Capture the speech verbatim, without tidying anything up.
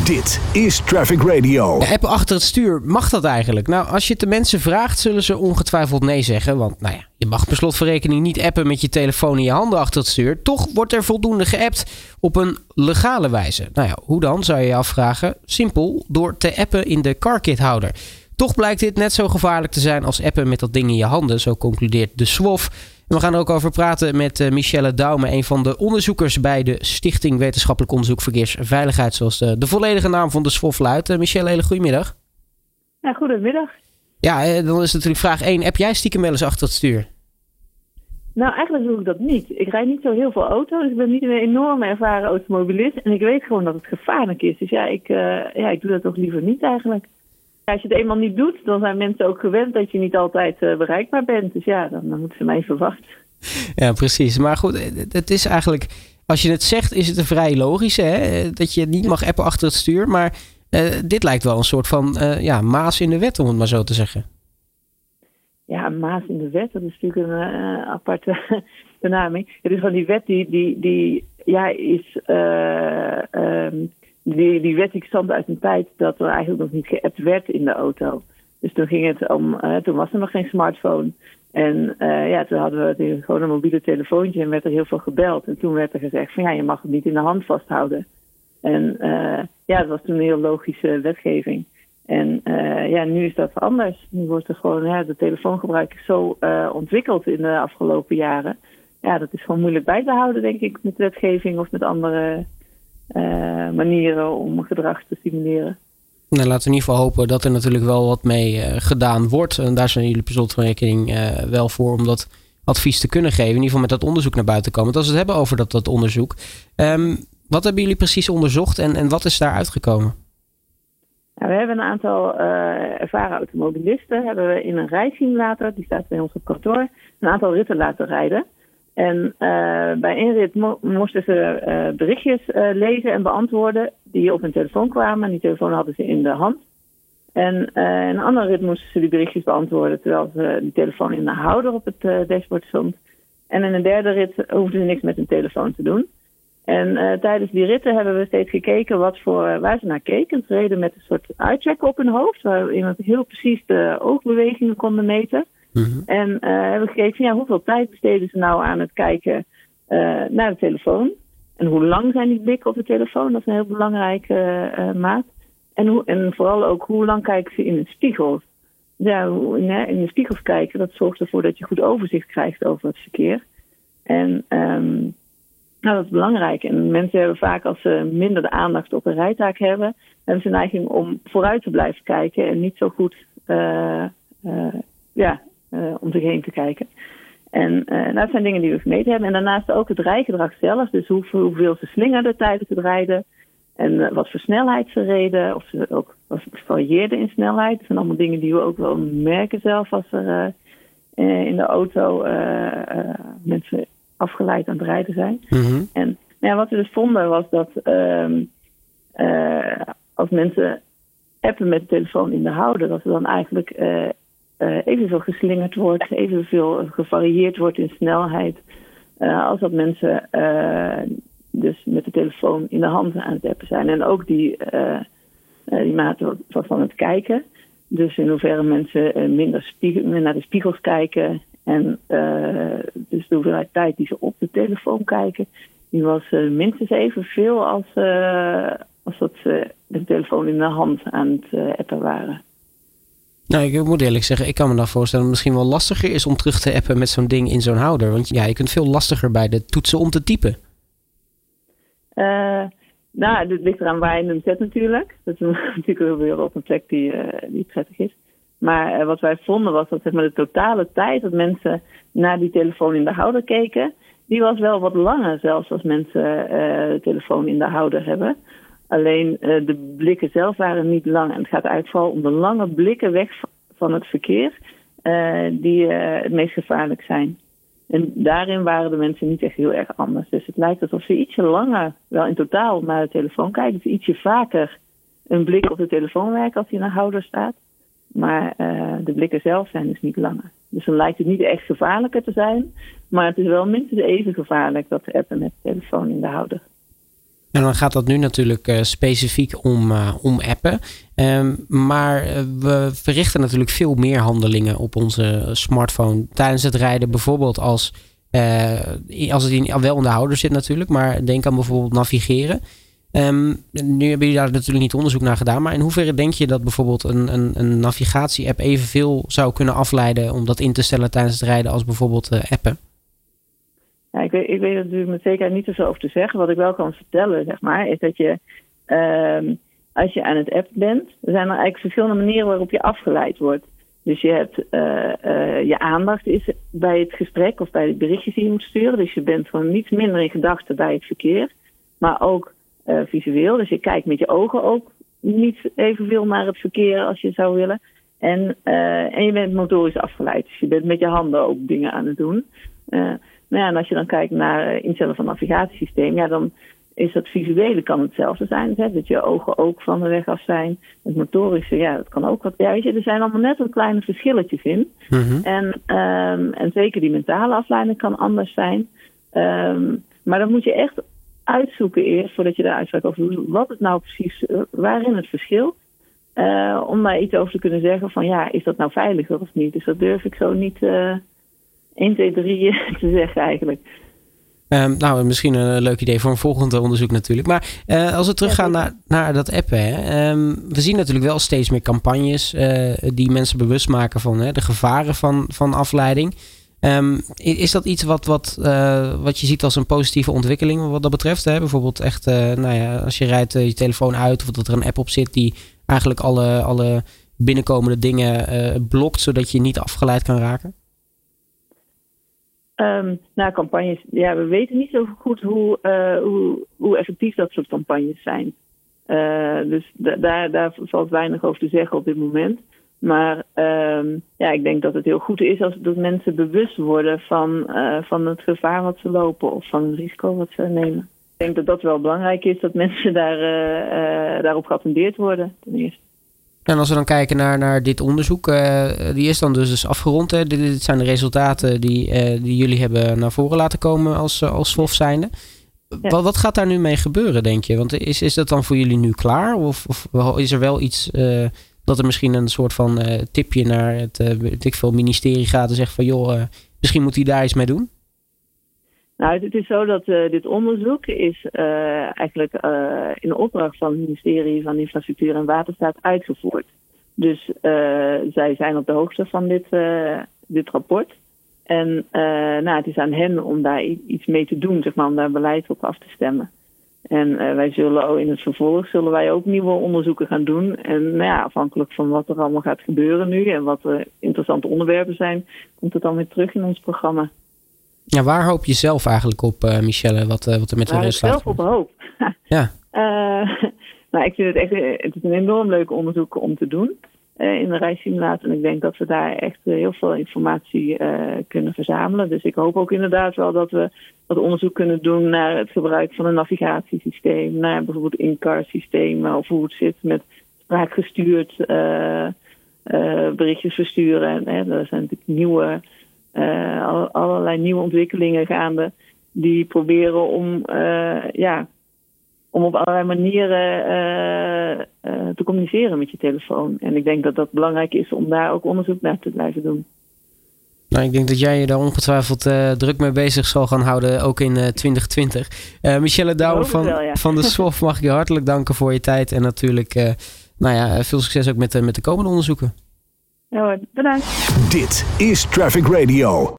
Dit is Traffic Radio. Ja, appen achter het stuur, mag dat eigenlijk? Nou, als je het de mensen vraagt, zullen ze ongetwijfeld nee zeggen. Want nou ja, je mag per slot van rekening niet appen met je telefoon in je handen achter het stuur. Toch wordt er voldoende geappt op een legale wijze. Nou ja, hoe dan, zou je je afvragen? Simpel, door te appen in de CarKit-houder. Toch blijkt dit net zo gevaarlijk te zijn als appen met dat ding in je handen. Zo concludeert de S W O F. En we gaan er ook over praten met uh, Michelle Daume, een van de onderzoekers bij de Stichting Wetenschappelijk Onderzoek Verkeersveiligheid, zoals de, de volledige naam van de S W O F luidt. Uh, Michelle, hele goedemiddag. Ja, goedemiddag. Ja, uh, dan is natuurlijk vraag één. App jij stiekem wel eens achter het stuur? Nou, eigenlijk doe ik dat niet. Ik rijd niet zo heel veel auto, dus ik ben niet een enorme ervaren automobilist. En ik weet gewoon dat het gevaarlijk is. Dus ja, ik, uh, ja, ik doe dat toch liever niet eigenlijk. Als je het eenmaal niet doet, dan zijn mensen ook gewend dat je niet altijd uh, bereikbaar bent. Dus ja, dan, dan moeten ze mij even wachten. Ja, precies. Maar goed, het is eigenlijk, als je het zegt, is het een vrij logische, hè? Dat je niet mag appen achter het stuur. Maar uh, dit lijkt wel een soort van uh, ja, maas in de wet, om het maar zo te zeggen. Ja, een maas in de wet, dat is natuurlijk een uh, aparte benaming. Het is gewoon die wet die, die, die ja, is... Uh, um, Die, die wet die stamt uit een tijd dat er eigenlijk nog niet geappt werd in de auto. Dus toen ging het om, uh, toen was er nog geen smartphone. En uh, ja, toen hadden we gewoon een mobiele telefoontje en werd er heel veel gebeld. En toen werd er gezegd van ja, je mag het niet in de hand vasthouden. En uh, ja, dat was toen een heel logische wetgeving. En uh, ja, nu is dat anders. Nu wordt er gewoon, ja, de telefoongebruik is zo uh, ontwikkeld in de afgelopen jaren. Ja, dat is gewoon moeilijk bij te houden, denk ik, met wetgeving of met andere... Uh, manieren om gedrag te stimuleren. Nou, laten we in ieder geval hopen dat er natuurlijk wel wat mee uh, gedaan wordt. En daar zijn jullie per slot van rekening uh, wel voor om dat advies te kunnen geven. In ieder geval met dat onderzoek naar buiten komen. Want als we het hebben over dat, dat onderzoek. Um, wat hebben jullie precies onderzocht en, en wat is daar uitgekomen? Nou, we hebben een aantal uh, ervaren automobilisten hebben we in een rijsimulator, die staat bij ons op kantoor, een aantal ritten laten rijden. En uh, bij één rit mo- moesten ze uh, berichtjes uh, lezen en beantwoorden die op hun telefoon kwamen. En die telefoon hadden ze in de hand. En uh, in een andere rit moesten ze die berichtjes beantwoorden terwijl ze die telefoon in de houder op het uh, dashboard stond. En in een derde rit hoefden ze niks met hun telefoon te doen. En uh, tijdens die ritten hebben we steeds gekeken wat voor, uh, waar ze naar keken. Ze reden met een soort eyetracker op hun hoofd, waar iemand heel precies de oogbewegingen konden meten. Mm-hmm. En uh, hebben we gekeken van ja, hoeveel tijd besteden ze nou aan het kijken uh, naar de telefoon. En hoe lang zijn die blikken op de telefoon? Dat is een heel belangrijke uh, maat. En, hoe, en vooral ook hoe lang kijken ze in een spiegel. Ja, in de spiegels kijken, dat zorgt ervoor dat je goed overzicht krijgt over het verkeer. En um, nou, dat is belangrijk. En mensen hebben vaak, als ze minder de aandacht op een rijtaak hebben, hebben ze een neiging om vooruit te blijven kijken en niet zo goed uh, uh, ja, uh, om zich heen te kijken. En uh, dat zijn dingen die we gemeten hebben. En daarnaast ook het rijgedrag zelf. Dus hoeveel, hoeveel ze slingerden tijdens het rijden. En uh, wat voor snelheid ze reden. Of ze ook of ze varieerden in snelheid. Dat zijn allemaal dingen die we ook wel merken zelf als er uh, in de auto uh, uh, mensen afgeleid aan het rijden zijn. Mm-hmm. En nou ja, wat we dus vonden was dat uh, uh, als mensen appen met de telefoon in de houder, dat ze dan eigenlijk uh, uh, evenveel geslingerd wordt, evenveel gevarieerd wordt in snelheid, uh, als dat mensen uh, dus met de telefoon in de hand aan het appen zijn. En ook die, uh, uh, die mate van, van het kijken. Dus in hoeverre mensen uh, minder, spiegel, minder naar de spiegels kijken. En uh, dus de hoeveelheid tijd die ze op de telefoon kijken, die was uh, minstens evenveel als, uh, als dat ze de telefoon in de hand aan het uh, appen waren. Nou, ik moet eerlijk zeggen, ik kan me dan voorstellen dat het misschien wel lastiger is om terug te appen met zo'n ding in zo'n houder. Want ja, je kunt veel lastiger bij de toetsen om te typen. Uh, nou, het ligt eraan waar je hem zet natuurlijk. Dat is natuurlijk weer op een plek die, uh, die prettig is. Maar uh, wat wij vonden was dat zeg maar, de totale tijd dat mensen naar die telefoon in de houder keken, die was wel wat langer zelfs als mensen uh, de telefoon in de houder hebben. Alleen uh, de blikken zelf waren niet lang. En het gaat eigenlijk vooral om de lange blikken weg van het verkeer uh, die uh, het meest gevaarlijk zijn. En daarin waren de mensen niet echt heel erg anders. Dus het lijkt alsof ze ietsje langer, wel in totaal, naar de telefoon kijken. Dus ietsje vaker een blik op de telefoon werken als die in de houder staat. Maar uh, de blikken zelf zijn dus niet langer. Dus dan lijkt het niet echt gevaarlijker te zijn. Maar het is wel minstens even gevaarlijk dat appen met de telefoon in de houder. En dan gaat dat nu natuurlijk uh, specifiek om, uh, om appen. Um, maar uh, we verrichten natuurlijk veel meer handelingen op onze smartphone tijdens het rijden. Bijvoorbeeld als, uh, als het in, wel in de houder zit natuurlijk. Maar denk aan bijvoorbeeld navigeren. Um, nu hebben jullie daar natuurlijk niet onderzoek naar gedaan. Maar in hoeverre denk je dat bijvoorbeeld een, een, een navigatie-app evenveel zou kunnen afleiden om dat in te stellen tijdens het rijden als bijvoorbeeld uh, appen? Ja, ik, weet, ik weet er natuurlijk met zekerheid niet zoveel over te zeggen. Wat ik wel kan vertellen, zeg maar, is dat je uh, als je aan het appen bent, er zijn er eigenlijk verschillende manieren waarop je afgeleid wordt. Dus je hebt uh, uh, je aandacht is bij het gesprek of bij het berichtjes die je moet sturen. Dus je bent gewoon niets minder in gedachten bij het verkeer. Maar ook uh, visueel. Dus je kijkt met je ogen ook niet evenveel naar het verkeer als je zou willen. En, uh, en je bent motorisch afgeleid. Dus je bent met je handen ook dingen aan het doen. Uh, nou ja, en als je dan kijkt naar uh, instellen van navigatiesysteem, ja, dan is dat visuele kan hetzelfde zijn. Hè? Dat je ogen ook van de weg af zijn. Het motorische, ja, dat kan ook wat. Ja, weet je, er zijn allemaal net wat kleine verschilletjes in. Mm-hmm. En, um, en zeker die mentale afleiding kan anders zijn. Um, maar dan moet je echt uitzoeken eerst, voordat je daar uitspraak over doet, wat het nou precies, uh, waarin het verschilt. Uh, om daar iets over te kunnen zeggen van, ja, is dat nou veiliger of niet? Dus dat durf ik zo niet uh, één, twee, drie te zeggen eigenlijk. Um, nou, misschien een leuk idee voor een volgend onderzoek natuurlijk. Maar uh, als we teruggaan ja, naar, naar dat appen. Hè, um, we zien natuurlijk wel steeds meer campagnes uh, die mensen bewust maken van hè, de gevaren van, van afleiding. Um, is dat iets wat, wat, uh, wat je ziet als een positieve ontwikkeling wat dat betreft? Hè? Bijvoorbeeld echt, uh, nou ja, als je rijdt uh, je telefoon uit of dat er een app op zit die eigenlijk alle, alle binnenkomende dingen uh, blokt, zodat je niet afgeleid kan raken? Um, nou, campagnes, ja, we weten niet zo goed hoe, uh, hoe, hoe effectief dat soort campagnes zijn. Uh, dus da- daar, daar valt weinig over te zeggen op dit moment. Maar um, ja, ik denk dat het heel goed is als dat mensen bewust worden van, uh, van het gevaar wat ze lopen of van het risico wat ze nemen. Ik denk dat dat wel belangrijk is, dat mensen daar, uh, uh, daarop geattendeerd worden, ten eerste. En als we dan kijken naar, naar dit onderzoek, uh, die is dan dus, dus afgerond. Hè? Dit, dit zijn de resultaten die, uh, die jullie hebben naar voren laten komen als, als S W O F zijnde. Ja. Wat, wat gaat daar nu mee gebeuren, denk je? Want is, is dat dan voor jullie nu klaar? Of, of is er wel iets uh, dat er misschien een soort van uh, tipje naar het uh, weet ik veel, ministerie gaat en zegt van joh, uh, misschien moet hij daar iets mee doen? Nou, het is zo dat uh, dit onderzoek is uh, eigenlijk uh, in opdracht van het ministerie van Infrastructuur en Waterstaat uitgevoerd. Dus uh, zij zijn op de hoogte van dit, uh, dit rapport. En uh, nou, het is aan hen om daar iets mee te doen, zeg maar, om daar beleid op af te stemmen. En uh, wij zullen ook in het vervolg zullen wij ook nieuwe onderzoeken gaan doen. En nou ja, afhankelijk van wat er allemaal gaat gebeuren nu en wat er interessante onderwerpen zijn, komt het dan weer terug in ons programma. Ja, waar hoop je zelf eigenlijk op, uh, Michelle, wat, uh, wat er met de resultaten zelf op hoop? Ja. Uh, nou, ik vind het echt het is een enorm leuk onderzoek om te doen uh, in de reissimulator. En ik denk dat we daar echt uh, heel veel informatie uh, kunnen verzamelen. Dus ik hoop ook inderdaad wel dat we wat onderzoek kunnen doen naar het gebruik van een navigatiesysteem, naar bijvoorbeeld in-car systemen of hoe het zit met spraakgestuurd uh, uh, berichtjes versturen. En, hè, er zijn natuurlijk nieuwe Uh, allerlei nieuwe ontwikkelingen gaande die proberen om, uh, ja, om op allerlei manieren uh, uh, te communiceren met je telefoon. En ik denk dat dat belangrijk is om daar ook onderzoek naar te blijven doen. Nou, ik denk dat jij je daar ongetwijfeld uh, druk mee bezig zal gaan houden, ook in uh, twintig twintig. Uh, Michelle Douwe van, wel, ja. van de S W O F, mag ik je hartelijk danken voor je tijd. En natuurlijk uh, nou ja, veel succes ook met, uh, met de komende onderzoeken. Ja hoor, bedankt. Dit is Traffic Radio.